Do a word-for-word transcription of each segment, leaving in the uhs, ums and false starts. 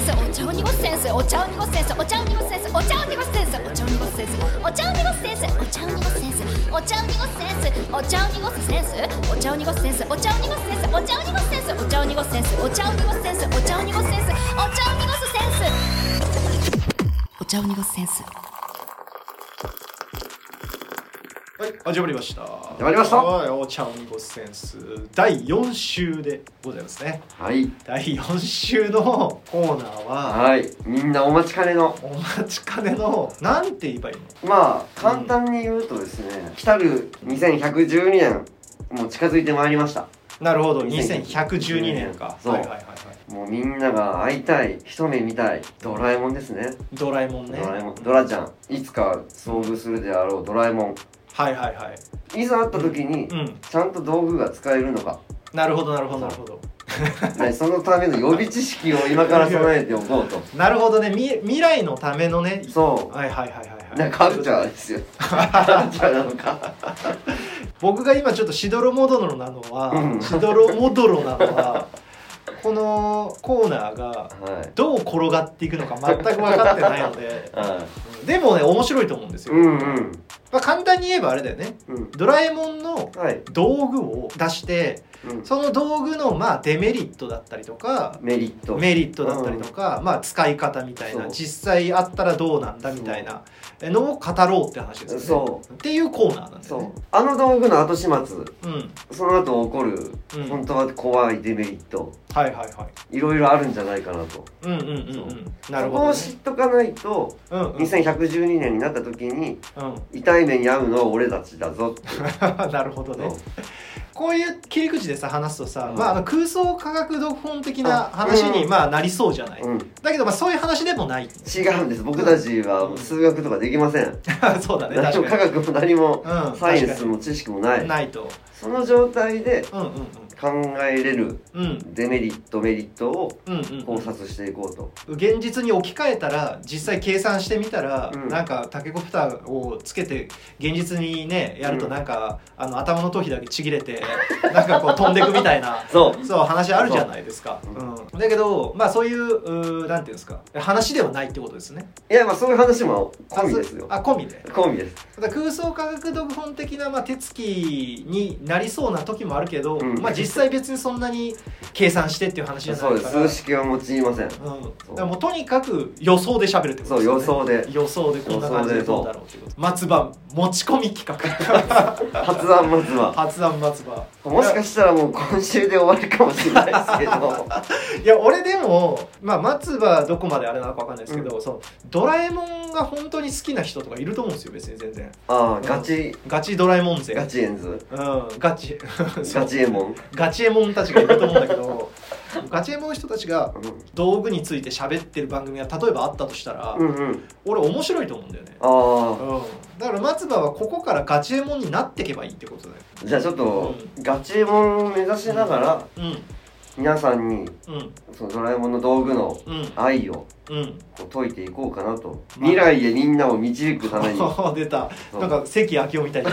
スお茶を濁すセンスお茶を濁すセンスお茶を濁すセンスお茶を濁すセンスお茶を濁すセンスお茶を濁すセンスお茶を濁すセンスお茶を濁すセンスお茶を濁すセンスお茶を濁すセンスお茶を濁すセンスお茶を濁すセンスお茶を濁すセンスお茶を濁すセンスお茶を濁すセンスお茶を濁すセンスお茶を濁すセンス。 はい、始まりました始まりましたはい、お茶を濁すセンスだいよん週でございますね。 はいだいよん週のコーナーははいみんなお待ちかねのお待ちかねのなんて言えばいいの。 まあ簡単に言うとですね、来たるにせんひゃくじゅうにねんもう近づいてまいりました。 なるほど、にせんひゃくじゅうにねんか。 そう、 はいはいはいはい、 もうみんなが会いたい一目見たいドラえもんですね。 ドラえもんね。 ドラえもんドラちゃん、いつか遭遇するであろうドラえもん、 はいはいはい、 いざ会った時に、 うん、 ちゃんと道具が使えるのか。 なるほどなるほどなるほどね、そのための予備知識を今から備えておこうとなるほどね、み未来のためのね。 そうはいはいはいはいはい、 なんかカルチャーですよカルチャーなのか僕が今ちょっとしどろもどろなのは、 うんしどろもどろなのはこのコーナーがはいどう転がっていくのか全く分かってないのではでもね面白いと思うんですよ、 いうんうんまあ、簡単に言えばあれだよね、 うんドラえもんのはい道具を出してうんその道具のまあデメリットだったりとかメリットメリットだったりとか、まあ、使い方みたいな、 そう実際あったらどうなんだみたいなのを語ろうって話ですよね。 そうっていうコーナーなんだそうよね。 あの道具の後始末、 うん、 その後起こる、 うん本当は怖いデメリットはいはいはいろいろあるんじゃないかなと。 うんうんうんうんなるそこをほどね。 知っとかないと、 うんうんにせんひゃくじゅうにねんになった時にうん痛い目に遭うのは俺たちだぞってなるほどね。 そうこういう切り口でさ話すとさ、 うんまあ、あの空想科学読本的な話にうんまあなりそうじゃない、 うん、 だけどまあそういう話でもない違うんです。僕たちはもう数学とかできません。 そうだね何も確かに、 科学も何もうん、 サイエンスも知識もない。 ないとその状態でうんうん考えれるうんうんデメリットメリットをうんうん考察していこうと。 現実に置き換えたら実際計算してみたら、 うんなんかタケコプターをつけて現実にねやるとうんなんか、あの頭の頭皮だけちぎれてなんかこう飛んでくみたいなそうそう話あるじゃないですか、 そううん、だけどまあそういううーなんていうんですか話ではないってことですね。 いやまあそういう話も込みですよ。 あ込みで込みです。 だから空想科学読本的な、まあ、手つきになりそうな時もあるけど、 うんまあ実際別にそんなに計算してっていう話じゃないからそうです。数式は用いません。 うん、だからもうとにかく予想で喋るってことそうですよね。 予想で予想でこんな感じでどうだろうっていうこと。松葉持ち込み企画発案まずは。 発案松葉もしかしたらもう今週で終わりかもしれないですけど。 いや俺でも、まあ、松葉どこまであれなのか分かんないですけど、うん、そのドラえもんが本当に好きな人とかいると思うんですよ別に全然。 ああガチガチドラえもん勢ガチエンズ。 うんガチガチエモン。 ガチエモンたちがいると思うんだけどガチエモンの人たちがうん道具について喋ってる番組が例えばあったとしたら、 うんうん。 俺面白いと思うんだよね。 ああ。 うん、だから松葉はここからガチエモンになっていけばいいってことだよ。 じゃあちょっと、ガチエモンを目指しながら、 うん皆さんにうんそのドラえもんの道具のうん愛をうんこう解いていこうかなと、 まあ未来へみんなを導くために出たそうなんか関明夫みたい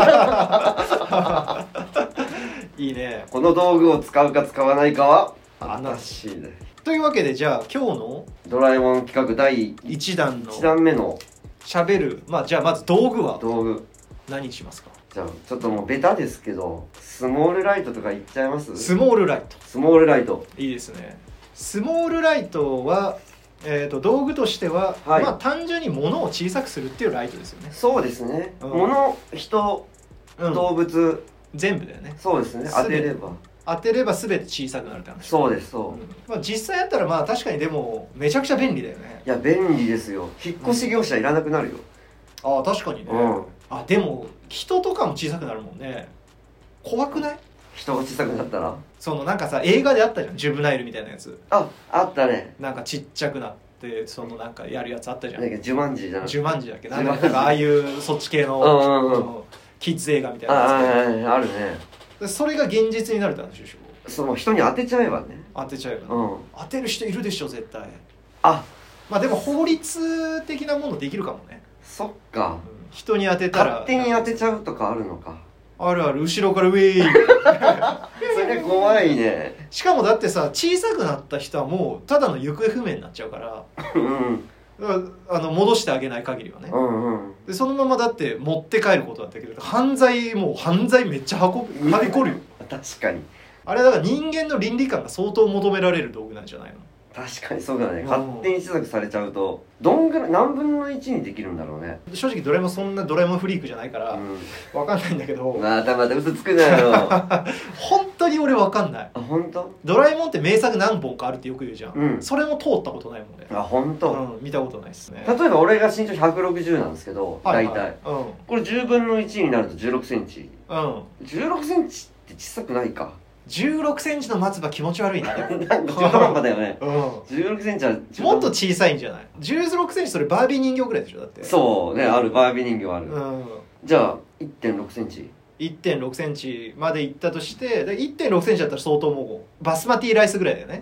ないいね。 この道具を使うか使わないかはあな私で。 というわけでじゃあ今日のドラえもん企画だい一弾のいちだんめの喋るまあじゃあまず道具は道具、 何にしますか。 じゃあちょっともうベタですけどスモールライトとか言っちゃいます。 スモールライトスモールライトいいですね。スモールライトはえー、と道具としては、 はいまあ単純に物を小さくするっていうライトですよね。 そうですね、 うん物人うん、 動物、 全部だよね。 そうですね、当てれば当てれば全て小さくなるって話。 そうですそう、 うんまあ、実際やったらまあ確かにでもめちゃくちゃ便利だよね。 いや便利ですよ。引っ越し業者いらなくなるよ。 ああ確かにね、 うんあでも人とかも小さくなるもんね。怖くない？ 人が小さくなったらそのなんかさ映画であったじゃんジュブナイルみたいなやつ。 ああったね。 なんかちっちゃくなってそのなんかやるやつあったじゃん。 なんかジュマンジーじゃなくてジュマンジだっけなんジュマンジかなんかああいうそっち系の、 うんうんうんうんキッズ映画みたいあなあやあああるね。 つでそれが現実になるって話でしょ。 その人に当てちゃえばね。 当てちゃえば、 うん当てる人いるでしょ絶対。 あまあでも法律的なものできるかもね。 そっか、 人に当てたら勝手に当てちゃうとかあるのか。 あるある、後ろからウェーイそれ怖いね。 しかもだってさ、小さくなった人はもうただの行方不明になっちゃうからうんだからあの戻してあげない限りはね、 うんうんでそのままだって持って帰ることだったけど、犯罪もう犯罪めっちゃ運ぶはびこるよ確かにあれだから人間の倫理観が相当求められる道具なんじゃないの。 確かにそうだね。 うん勝手に試作されちゃうとどんぐらい何分のいちにできるんだろうね。 正直ドラえもんそんなドラえもんフリークじゃないからうわかんないんだけど、 ん、またまた嘘つくなよ。あ本当に俺わかんない。 本当？ ドラえもんって名作何本かあるってよく言うじゃん、 うんそれも通ったことないもんね。 あ本当、 うん、見たことないですね。 例えば俺が身長ひゃくろくじゅうなんですけど、 はい大体はい、 これじゅうぶんのいちになるとじゅうろくセンチ。 うんうんじゅうろくセンチって小さくないか。 じゅうろくセンチの松葉気持ち悪いななんか中途半端だよね。 うじゅうろくセンチはんもっと小さいんじゃない。じゅうろくセンチそれバービー人形ぐらいでしょだって。 そうね、あるバービー人形ある、 うんじゃあ いってんろくセンチ。 いってんろくセンチまでいったとしてで いってんろくセンチだったら相当もうバスマティライスぐらいだよね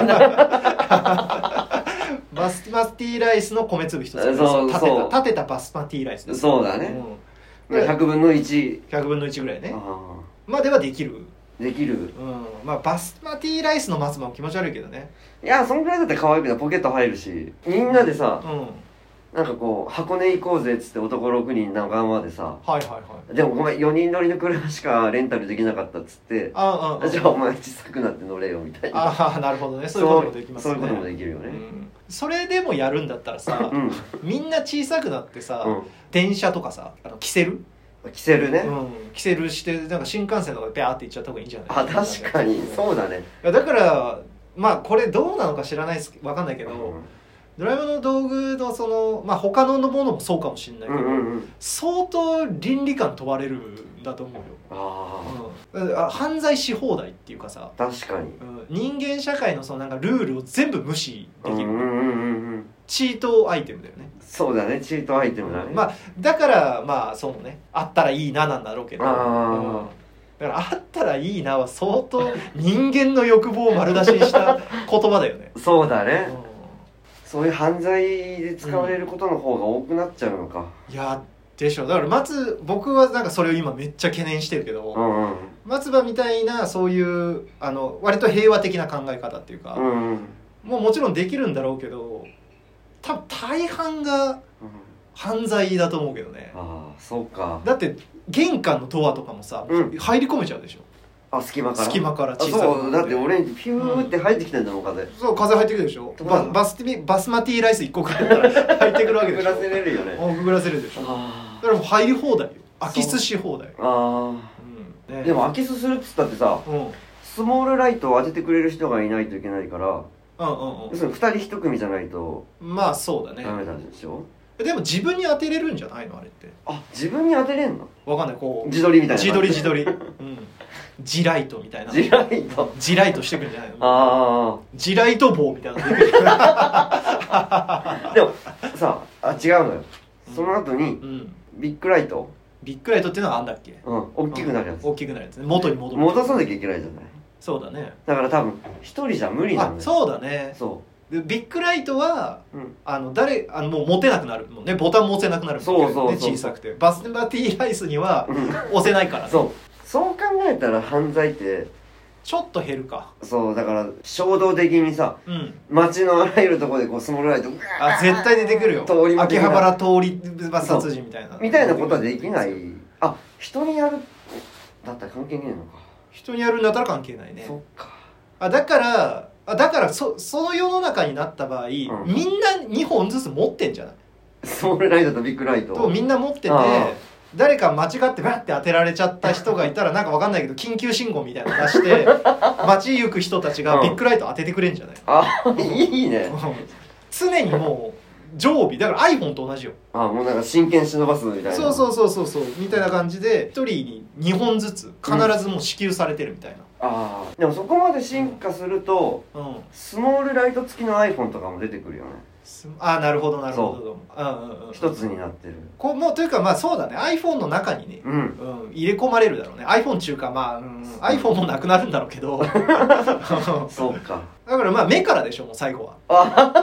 バスマティライスの米粒一つぐらいそう立てたそう立てたバスマティライスです。 そうだね、 うん、 ひゃくぶんのいち。 ひゃくぶんのいちぐらいねあまではできる。 ーできる。 うんまあバスマティライスの松葉も気持ち悪いけどね。 いやそんぐらいだって可愛くてポケット入るし、みんなでさ、 うんなんかこう箱根行こうぜっつって男ろくにん仲間でさ、 はいはいはいでもごめんよにん乗りの車しかレンタルできなかったっつってあああじゃあお前小さくなって乗れよみたいな。 ああなるほどね。そういうこともできますね。 そういうこともできるよね。 うんそれでもやるんだったらさ、 うんみんな小さくなってさ、 うん電車とかさあのキセル、 着せるね、 うん、キセルしてなんか新幹線とかでピャーって行っちゃった方がいいんじゃないあ確かにそうだね。 いやだからまあこれどうなのか知らないですわかんないけど、 うんドラえもんの道具のそのまあ他のものもそうかもしれないけど、 うんうんうん相当倫理観問われるんだと思うよ。 あうん、あ犯罪し放題っていうかさ、 あ確かに。 うん、人間社会のそのなんかルールを全部無視できる、 うんうんうんうんチートアイテムだよね。 そうだね、チートアイテムだね。 まあだからまあそのねあったらいいななんだろうけど、 あーうんだからあったらいいなは相当人間の欲望を丸出しにした言葉だよね。 そうだね、 うんそういう犯罪で使われることの方が多くなっちゃうのか。 いやでしょ。だから松僕はなんかそれを今めっちゃ懸念してるけど、 うんうん松葉みたいなそういうあの割と平和的な考え方っていうか、 うんうんもうもちろんできるんだろうけど多分大半が犯罪だと思うけどね。 ああそうか。 だって玄関のドアとかもさ、 うん入り込めちゃうでしょ。 あ隙間から隙間からあ小さくそうだって俺にピューって入ってきてんだもん風。 そう風入ってくるでしょ。 うんババスティバスマティライスいっこくらいだったら入ってくるわけでしょ。 くぐらせれるよね。 あくぐらせるでしょ。 あだからもう入り放題よ。空き巣し放題。 ああうんねでも空き巣するっつったってさ、 うんうんスモールライトを当ててくれる人がいないといけないから、 うん要するにふたりいち組じゃないとうんまあそうだね。 ダメなんでしょ。 でも自分に当てれるんじゃないのあれって。 あ自分に当てれんの。 わかんないこう自撮りみたいな。 自撮り自撮り。うん。ジライトみたいな。 自ライト。 ジライトしてくるんじゃないの。 あジライト棒みたいなの出てくる。 あでもさあ違うのよ。その後にうん。 ビッグライト、 ビッグライトっていうのはあんだっけ。 うん、大きくなるやつ、 大きくなるやつね。元に戻る。 戻さなきゃいけないじゃない。 そうだね。 だから多分一人じゃ無理なのあよ。 そうだね。 そでビッグライトはう、うん、 あの誰あのもう持てなくなるもんね。ボタンも押せなくなるもんね。 そうそうそうね小さくてバスマティライスにはうん押せないから、ね、 そうそう考えたら犯罪ってちょっと減るか。 そうだから衝動的にさうん。 街のあらゆるところでこうスモールライトあ絶対出てくるよ。 通り魔的な秋葉原通りバス殺人みたいな。 みたいなことはできない。あ人にやるだったら関係ねえのか。 人にやるんだったら関係ないね。 そっか。 あだからあだからそその世の中になった場合、 んみんなにほんずつ持ってんじゃない。 スモールライトとビッグライトとみんな持っててああ誰か間違ってバッて当てられちゃった人がいたらなんかわかんないけど緊急信号みたいなの出して街行く人たちがビッグライト当ててくれんじゃない。 あいいね。 常にもう常備だから iPhone と同じよ。 あもうなんか真剣忍ばすみたいな。 そうそうそうそうそうみたいな感じで一人ににほんずつ必ずもう支給されてるみたいああでもそこまで進化するとな。うん。 スモールライト付きの iPhone とかも出てくるよね。 すあなるほどなるほど。うんうんうん。 一つになってる。 こうもうというかまあそうだね iPhone の中にね、 うんうん、入れ込まれるだろうね iPhone 中かまあ、うん、iPhone もなくなるんだろうけどそうか。 だからまあ目からでしょもう最後はあ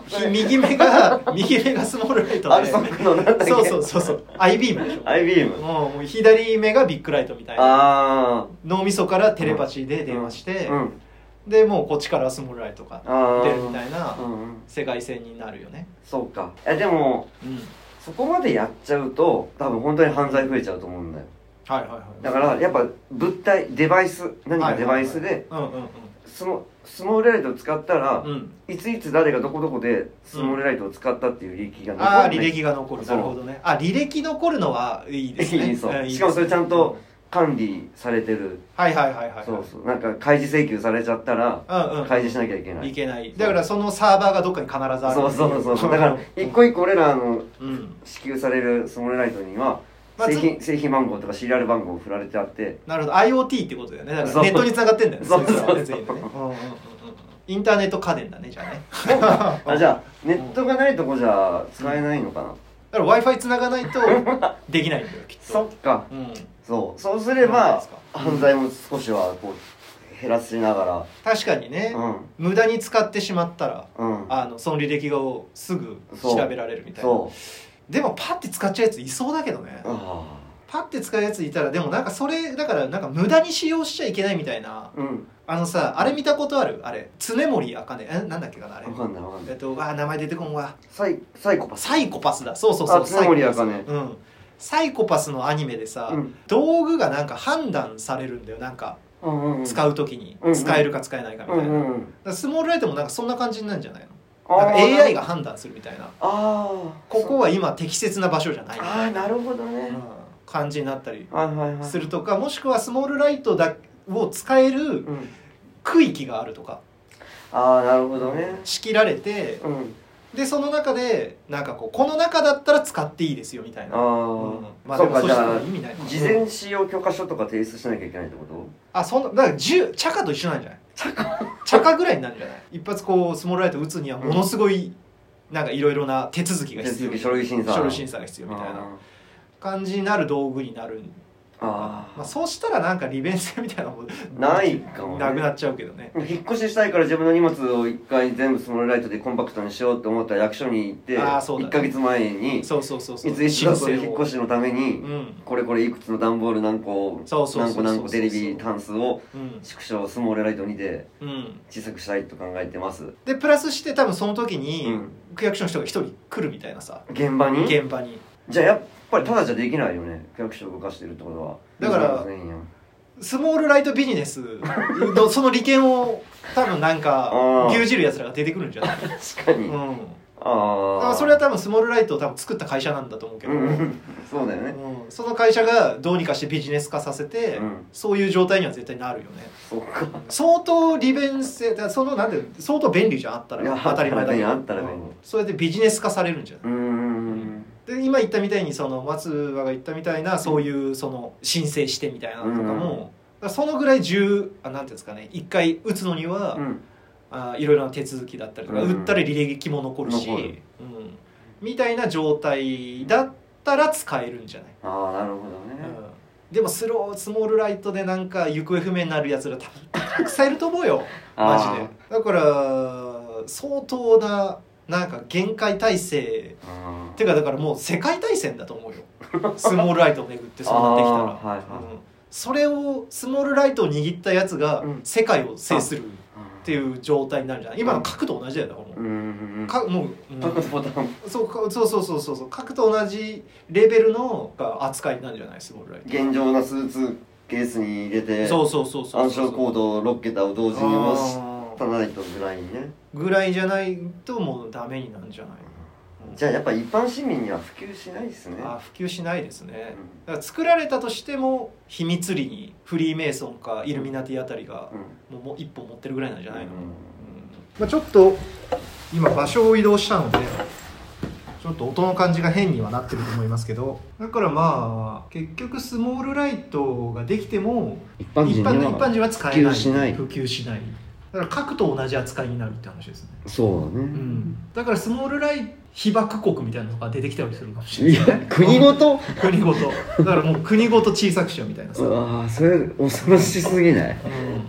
右目が右目がスモールライトでアルソックのなんだっけそうそうそうそうアイビームでしょ。 アイビームもうもう左目がビッグライトみたいな。 あ脳みそからテレパチーで電話して、 あうんでもうこっちからスモールライトがあ出るみたいなうんうん世界線になるよね。 そうかえでもうんそこまでやっちゃうと多分本当に犯罪増えちゃうと思うんだよはいはいはい。 だからやっぱ物体デバイス何かデバイスでうんうんうんそのスモールライトを使ったら、 うんいついつ誰がどこどこでスモールライトを使ったっていう履歴が残る、ねああ履歴が残る。 そうなるほどね。あ履歴残るのはいいですね。 いいそううんいいですねしかもそれちゃんと管理されてる、 はいはいはいはい。 そうそうなんか開示請求されちゃったらうんうん。 開示しなきゃいけない、 いけない。だからそのサーバーがどっかに必ずある。 そうそうそうそうだから一個一個俺らのうん。 支給されるスモールライトにはまあ製品製品番号とかシリアル番号振られてあってなるほど IoT ってことだよね。だかそうらネットに繋がってんだよね。 そうそういつらはね全員でね。うんうんうんうん。インターネット家電だねじゃあね。 あじゃあネットがないとこじゃ使えないのかな、 だから Wi-Fi 繋がないとできないんだよきっと。 そっかうん。 そうそうすればそうなんですか犯罪も少しはこう減らしなが確かにね、 ら無駄に使ってしまったらうんうんあのその履歴をすぐそう調べられるみたいな。 そうでもパッて使っちゃうやついそうだけどね。 あパッて使うやついたらでもなんかそれだからなんか無駄に使用しちゃいけないみたいな。 あうんあのさあれ見たことある？あれ常森茜えなんだっけかなあれ。 分かんない分かんないえっとあ名前出てこんわ。 サイサイコパスサイコパスだ。そうそうそう。 あ常森茜サイコパスうん。サイコパスのアニメでさ、 うん道具がなんか判断されるんだよ。なんかうんうんうん使うときに、 うんうん使えるか使えないかみたいな。 うんうんうんだからスモールライトもなんかそんな感じになるんじゃないの？ あーなんか エーアイ が判断するみたいな。 ああここは今適切な場所じゃないみあたいな、 あなるほどねうん、感じになったりはいはいはいするとか、もしくはスモールライトだを使えるうん区域があるとかああなるほどね仕切られて、 うんでその中でなんかこうこの中だったら使っていいですよみたいな。 ああ、 うんまあそうでもそしたかじゃあら意味ない事前使用許可書とか提出しなきゃいけないってことあそんなだからじゅ茶化と一緒なんじゃない？茶化茶化ぐらいになるんじゃない？一発こうスモールライト打つにはものすごいなんかいろいろな手続きが必要、 手続き書類審査書類審査が必要みたいな感じになる道具になる。 あまあ、そうしたらなんか利便性みたいなのもないかもねなくなっちゃうけどね。 あ引っ越ししたいから自分の荷物を一回全部スモールライトでコンパクトにしようって思ったら役所に行ってあーそうだねいっかげつまえにそうそうそうそういついつだそれ申請を引っ越しのためにうんこれこれいくつの段ボール何個そうそうそうそう何個何個テレビタンスをうん縮小スモールライトにでうん小さくしたいと考えてますでプラスして多分その時にうん区役所の人が一人来るみたいなさ現場に現場にじゃあやっぱりただじゃできないよね区役所を動かしてるってことはだからそうですねスモールライトビジネスのその利権を多分なんかあー牛耳るやつらが出てくるんじゃない？ 確かに、 うんあだかあらそれは多分スモールライトを多分作った会社なんだと思うけど、 ううんんそうだよねその会社がどうにかしてビジネス化させて、 うんそういう状態には絶対なるよね。 そっか相当利便性だからそのなんて相当便利じゃんあったいやら当たり前だけどあったら便利うんそれでビジネス化されるんじゃない？ うーんで今言ったみたいにその松葉が言ったみたいなそういうその申請してみたいなのとかも、 うんだからそのぐらい重あなんていうんですかね一回打つのには、 うんあいろいろな手続きだったりとか、 うん打ったら履歴も残るし、 残るうん、みたいな状態だったら使えるんじゃない？ ああなるほどね、 うん、でもスロースモールライトでなんか行方不明になるやつら多分たくさんいると思うよマジで。だから相当ななんか限界体制あーてかだからもう世界大戦だと思うよスモールライトを巡ってそうなってきたら、 あーはいはいうんそれをスモールライトを握ったやつがうん世界を制するっっていう状態になるじゃない？今の核と同じだよね、 うんうんうんかもう、うんパクボタンそうかそうそうそうそうそう核と同じレベルの扱いになるんじゃないスモールライト。 現状なスーツケースに入れてそうそうそうそう暗証コードろっけたを同時に押しあたないとぐらいにねーぐらいじゃないともうダメになるんじゃない？ じゃあやっぱ一般市民には普及しないですねあ普及しないですね、 うんだから作られたとしても秘密裏にフリーメイソンかイルミナティあたりがうんもうもう一本持ってるぐらいなんじゃないの、 うんまあ、ちょっと今場所を移動したのでちょっと音の感じが変にはなってると思いますけど、だからまあ結局スモールライトができても一般人には一般の一般人は使えない普及しない普及しないだから核と同じ扱いになるって話ですね、 そうだね、 うん、だからスモールライ被爆国みたいなのが出てきたりするかもしれいない、 や国ごと国ごとだからもう国ごと小さくしようみたいなさ、うん、 うわーそれ恐ろしすぎない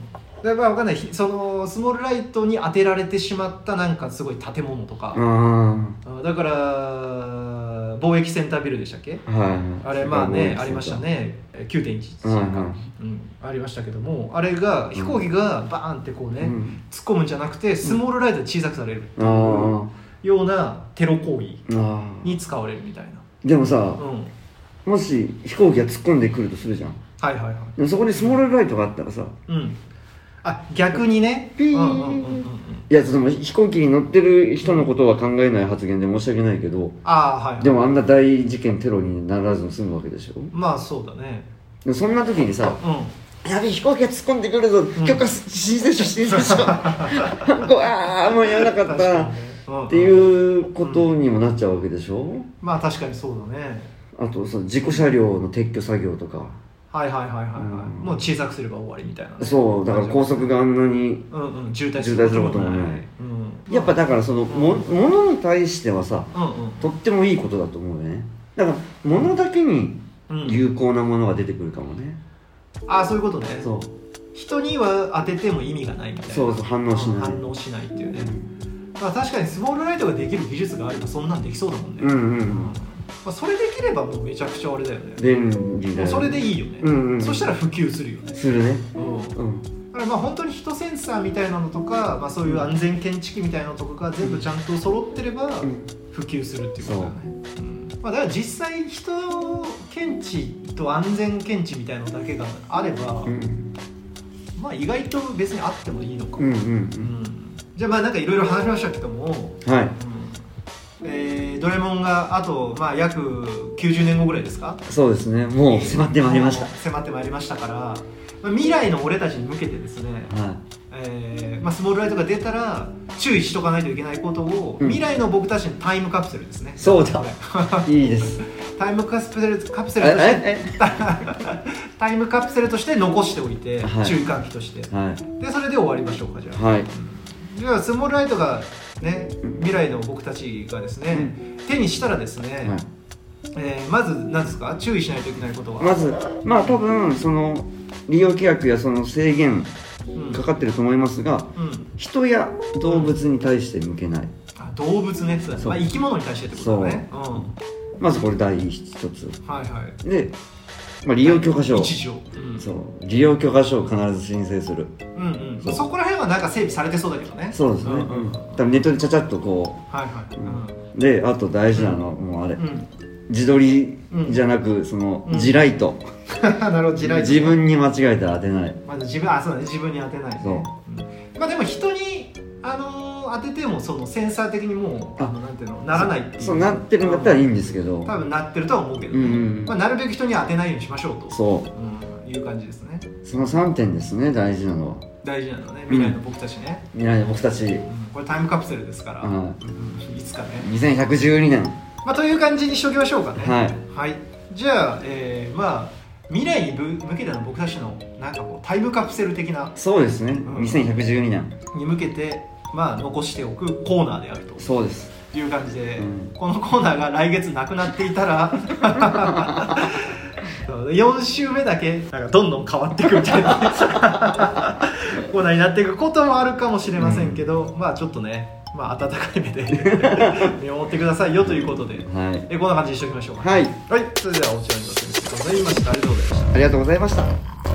だから分かんない、そのスモールライトに当てられてしまったなんかすごい建物とか、 あだから貿易センタービルでしたっけ、 はい、 あれまあねありましたね、きゅうてんいち か、 はいはい、 うん、ありましたけども、あれが飛行機がバーンってこうね、うん、突っ込むんじゃなくてスモールライトで小さくされるっていうようなテロ行為に使われるみたいな。 でもさ、うん、もし飛行機が突っ込んでくるとするじゃん。 はいはいはい。 でもそこにスモールライトがあったらさ、 うん、あ、逆にね、 ピー、うんうんうんうん、いや、でも飛行機に乗ってる人のことは考えない発言で申し訳ないけど、 あ、はいはい、 でもあんな大事件テロにならずに済むわけでしょ。 まあそうだね。 でもそんな時にさ、うん、やべえ飛行機が突っ込んでくるぞ、うん、許可申請書申請書うわーもうやらなかった、ね、っていうことにもなっちゃうわけでしょ、うん、まあ確かにそうだね。あとさ、事故車両の撤去作業とか、はいはいはいはい、はい、うん、もう小さくすれば終わりみたいな、ね、そうだから高速があんなに、うんうん、渋滞することもない、うん、やっぱだからその、うん、ものに対してはさ、うんうん、とってもいいことだと思うね。だから物だけに有効なものが出てくるかもね、うん、ああそういうことね。そう、人には当てても意味がないみたいな。そうそう、反応しない、反応しないっていうね、うん、まあ確かにスモールライトができる技術があればそんなんできそうだもんね。うんうんうん、まあ、それできればもうめちゃくちゃあれだよね。便利だよね。それでいいよね、うんうん、そしたら普及するよね。するね、うんうん、だからまあ本当に人センサーみたいなのとか、まあ、そういう安全検知器みたいなのとかが全部ちゃんと揃ってれば普及するっていうことだよね、うん、まあ、だから実際人検知と安全検知みたいなのだけがあれば、うん、まあ意外と別にあってもいいのかも、うんうんうん、じゃあまあなんかいろいろ話しましたけども、はい、えー、ドラえもんがあと、まあ、約きゅうじゅうねんごぐらいですか。そうですね、もう迫ってまいりました。迫ってまいりましたから、まあ、未来の俺たちに向けてですね、はい、えーまあ、スモールライトが出たら注意しとかないといけないことを、うん、未来の僕たちのタイムカプセルですね。そうだいいですタイムカプセル、カプセルとしてタイムカプセルとして残しておいて、はい、注意喚起として、はい、でそれで終わりましょうか。じゃあ、はい、うん、ではスモールライトがね、未来の僕たちがですね、うん、手にしたらですね、はい、えー、まず何ですか、注意しないといけないことは。まずまあ多分その利用規約やその制限かかってると思いますが、うん、人や動物に対して向けない、うん、あ、動物ね、そう、まあ、生き物に対してってことだね。そう、うん、まずこれ第一つ、はいはい、で、まあ、利用許可証、一条、うん、そう利用許可証を必ず申請する、うんうん、そ, そこら辺はなんか整備されてそうだけどね。そうですね、うんうん、多分ネットでちゃちゃっとこう、はいはい、うん、であと大事なのは、うん、もうあれ、うん、自撮りじゃなく、その、うん、自ライトなるほど、自ライト、自分に間違えたら当てない。まず自分、あ、そうだね、自分に当てない、ね、そう、うん、まあでも人に、あのー、当ててもそのセンサー的にもう、あの、なんていうの、ならないっていう。そうなってるんだったらいいんですけど、多分なってるとは思うけど、ね、うんうん、まあ、なるべく人に当てないようにしましょうと、そう、うん、いう感じですね。そのさんてんですね、大事なのは。大事なのはね、未来の僕たちね、うん、未来の僕たち、うん、これタイムカプセルですから、うん、いつかね、にせんひゃくじゅうにねん、まあ、という感じにしておきましょうかね。はい、はい、じゃあ、えー、まあ未来に向けての僕たちのなんかこうタイムカプセル的な、そうですね、うん、にせんひゃくじゅうにねんに向けて、まあ、残しておくコーナーであると、そうですいう感じで、うん、このコーナーが来月なくなっていたらよん週目だけなんかどんどん変わっていくみたいなコーナーになっていくこともあるかもしれませんけど、うん、まあちょっとね、まあ温かい目で見守ってくださいよということで、はい、えこんな感じにしておきましょうか。はい、はい、それではお茶にご先生ございました。ありがとうございました。ありがとうございました。